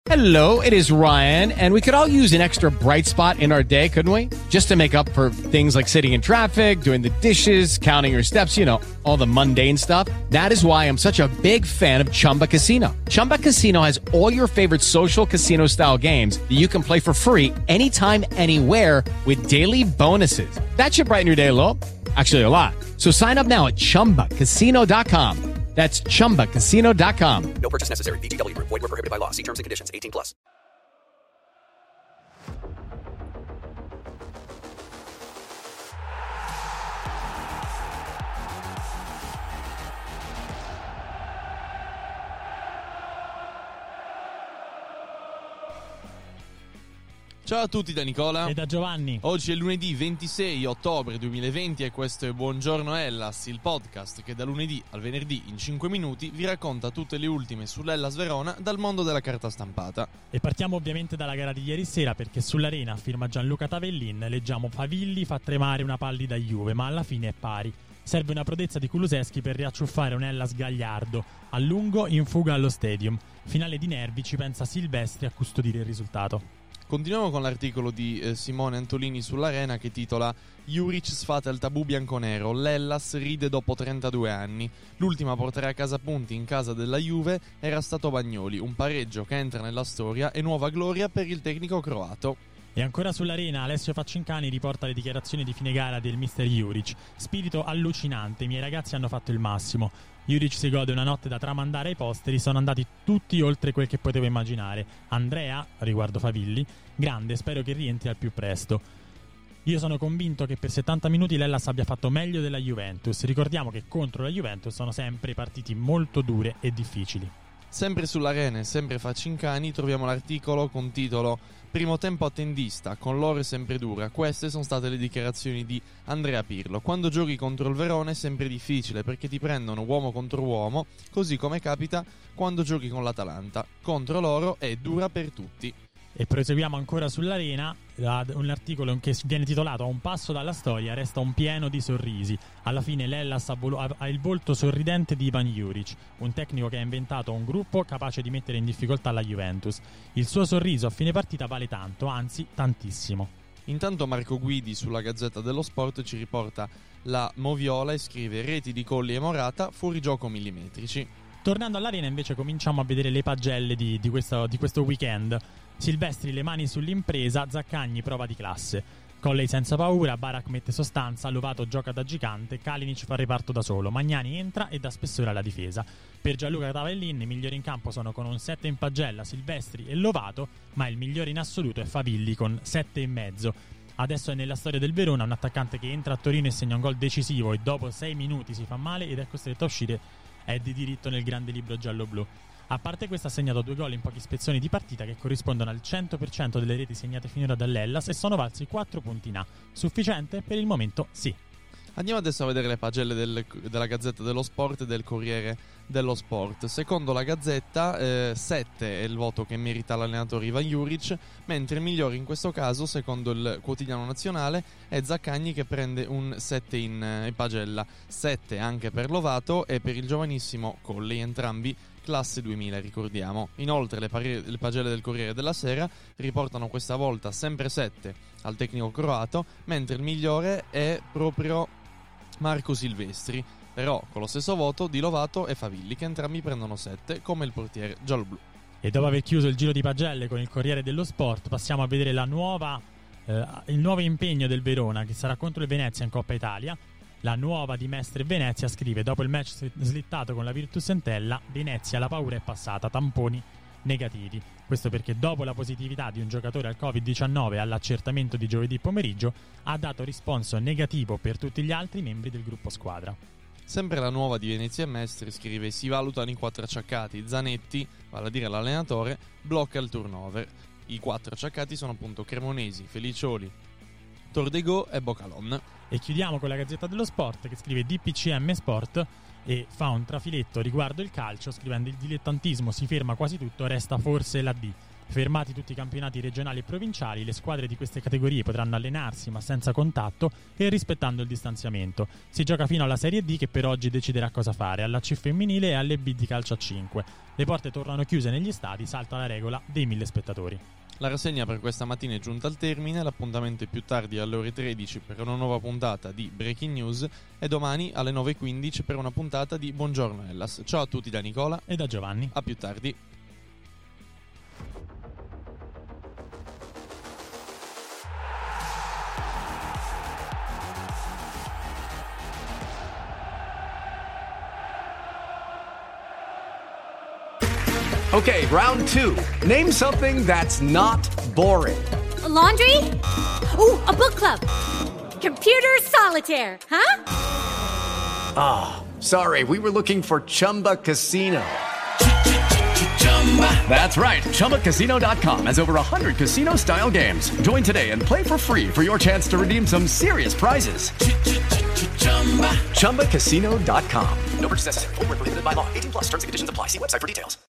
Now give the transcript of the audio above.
Hello, it is Ryan, and we could all use an extra bright spot in our day, couldn't we? Just to make up for things like sitting in traffic, doing the dishes, counting your steps, you know, all the mundane stuff. That is why I'm such a big fan of Chumba Casino. Chumba Casino has all your favorite social casino-style games that you can play for free anytime, anywhere with daily bonuses. That should brighten your day a little. Actually, a lot. So sign up now at ChumbaCasino.com. That's ChumbaCasino.com. No purchase necessary. VGW Group. Void where prohibited by law. See terms and conditions. 18+. Ciao a tutti da Nicola e da Giovanni. Oggi è lunedì 26 ottobre 2020 e questo è Buongiorno Hellas, il podcast che da lunedì al venerdì in 5 minuti vi racconta tutte le ultime sull'Hellas Verona dal mondo della carta stampata. E partiamo ovviamente dalla gara di ieri sera, perché sull'arena, firma Gianluca Tavellin, leggiamo Favilli fa tremare una pallida Juve, ma alla fine è pari. Serve una prodezza di Kulusevski per riacciuffare un Hellas gagliardo, a lungo in fuga allo Stadium. Finale di nervi, ci pensa Silvestri a custodire il risultato. Continuiamo con l'articolo di Simone Antolini sull'Arena che titola Juric sfata il tabù bianconero, l'Hellas ride dopo 32 anni. L'ultima a portare a casa punti in casa della Juve era stato Bagnoli, un pareggio che entra nella storia e nuova gloria per il tecnico croato. E ancora sull'arena Alessio Faccincani riporta le dichiarazioni di fine gara del mister Juric. Spirito allucinante, i miei ragazzi hanno fatto il massimo. Juric si gode una notte da tramandare ai posteri, sono andati tutti oltre quel che potevo immaginare. Andrea, riguardo Favilli, grande, spero che rientri al più presto. Io sono convinto che per 70 minuti l'Hellas abbia fatto meglio della Juventus. Ricordiamo che contro la Juventus sono sempre partiti molto dure e difficili. Sempre sull'Arena e sempre Faccincani troviamo l'articolo con titolo Primo tempo attendista, con loro è sempre dura. Queste sono state le dichiarazioni di Andrea Pirlo. Quando giochi contro il Verona è sempre difficile perché ti prendono uomo contro uomo, così come capita quando giochi con l'Atalanta. Contro loro è dura per tutti. E proseguiamo ancora sull'arena, un articolo che viene titolato A un passo dalla storia resta un pieno di sorrisi. Alla fine l'Hellas ha il volto sorridente di Ivan Juric, un tecnico che ha inventato un gruppo capace di mettere in difficoltà la Juventus. Il suo sorriso a fine partita vale tanto, anzi tantissimo. Intanto Marco Guidi sulla Gazzetta dello Sport ci riporta la Moviola e scrive reti di Colli e Morata, fuorigioco millimetrici. Tornando all'arena invece cominciamo a vedere le pagelle di questo weekend. Silvestri le mani sull'impresa, Zaccagni prova di classe. Colley senza paura, Barak mette sostanza, Lovato gioca da gigante, Kalinic fa reparto da solo, Magnani entra e dà spessore alla difesa. Per Gianluca Tavellin i migliori in campo sono con un 7 in pagella Silvestri e Lovato, ma il migliore in assoluto è Favilli con 7,5. Adesso è nella storia del Verona un attaccante che entra a Torino e segna un gol decisivo e dopo 6 minuti si fa male ed è costretto a uscire, è di diritto nel grande libro giallo-blu. A parte questo ha segnato 2 gol in pochi spezzoni di partita che corrispondono al 100% delle reti segnate finora dall'Hellas e sono valsi 4 punti in A. Sufficiente? Per il momento sì. Andiamo adesso a vedere le pagelle della Gazzetta dello Sport e del Corriere dello Sport. Secondo la Gazzetta 7 è il voto che merita l'allenatore Ivan Juric, mentre il migliore in questo caso, secondo il quotidiano nazionale, è Zaccagni che prende un 7 in pagella. 7 anche per Lovato e per il giovanissimo Colley, entrambi classe 2000 ricordiamo. Inoltre le pagelle del Corriere della Sera riportano questa volta sempre 7 al tecnico croato, mentre il migliore è proprio Marco Silvestri, però con lo stesso voto di Lovato e Favilli che entrambi prendono 7 come il portiere gialloblu. E dopo aver chiuso il giro di pagelle con il Corriere dello Sport passiamo a vedere il nuovo impegno del Verona che sarà contro il Venezia in Coppa Italia. La nuova di Mestre Venezia scrive: dopo il match slittato con la Virtus Entella, Venezia la paura è passata, tamponi negativi. Questo perché dopo la positività di un giocatore al Covid-19 all'accertamento di giovedì pomeriggio ha dato risponso negativo per tutti gli altri membri del gruppo squadra. Sempre la nuova di Venezia e Mestre scrive: si valutano i 4 acciaccati. Zanetti, vale a dire l'allenatore, blocca il turnover. I 4 acciaccati sono appunto Cremonesi, Felicioli, Tordegò e Bocalon. E chiudiamo con la Gazzetta dello Sport che scrive DPCM Sport e fa un trafiletto riguardo il calcio scrivendo: il dilettantismo si ferma quasi tutto, resta forse la D. Fermati tutti i campionati regionali e provinciali, le squadre di queste categorie potranno allenarsi ma senza contatto e rispettando il distanziamento. Si gioca fino alla Serie D, che per oggi deciderà cosa fare, alla C femminile e alle B di calcio a 5. Le porte tornano chiuse negli stadi, salta la regola dei 1000 spettatori. La rassegna per questa mattina è giunta al termine, l'appuntamento è più tardi alle ore 13 per una nuova puntata di Breaking News e domani alle 9:15 per una puntata di Buongiorno Hellas. Ciao a tutti da Nicola E da Giovanni. A più tardi. Okay, round 2. Name something that's not boring. A laundry? Ooh, a book club. Computer solitaire, huh? Ah, sorry, we were looking for Chumba Casino. That's right, ChumbaCasino.com has over 100 casino-style games. Join today and play for free for your chance to redeem some serious prizes. ChumbaCasino.com. No purchase necessary. Void where prohibited by law. 18+ terms and conditions apply. See website for details.